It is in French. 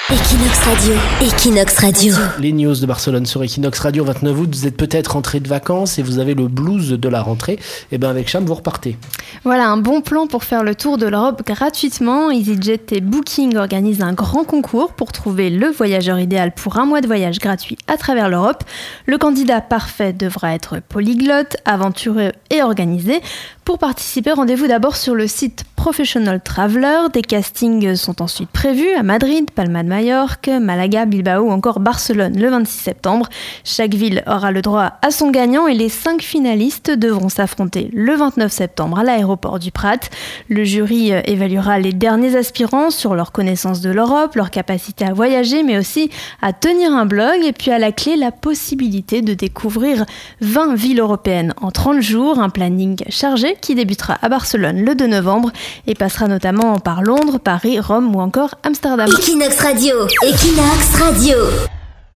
Equinox Radio. Equinox Radio. Les news de Barcelone sur Equinox Radio, 29 août. Vous êtes peut-être rentré de vacances et vous avez le blues de la rentrée. Et bien avec Cham, vous repartez. Voilà un bon plan pour faire le tour de l'Europe gratuitement. EasyJet et Booking organisent un grand concours pour trouver le voyageur idéal pour un mois de voyage gratuit à travers l'Europe. Le candidat parfait devra être polyglotte, aventureux et organisé. Pour participer, rendez-vous d'abord sur le site Professional Traveler. Des castings sont ensuite prévus à Madrid, Palma de Majorque, Malaga, Bilbao ou encore Barcelone le 26 septembre. Chaque ville aura le droit à son gagnant et les 5 finalistes devront s'affronter le 29 septembre à l'aéroport du Prat. Le jury évaluera les derniers aspirants sur leur connaissance de l'Europe, leur capacité à voyager mais aussi à tenir un blog et puis à la clé la possibilité de découvrir 20 villes européennes en 30 jours, un planning chargé qui débutera à Barcelone le 2 novembre et passera notamment par Londres, Paris, Rome ou encore Amsterdam. Equinox Radio. Equinox Radio.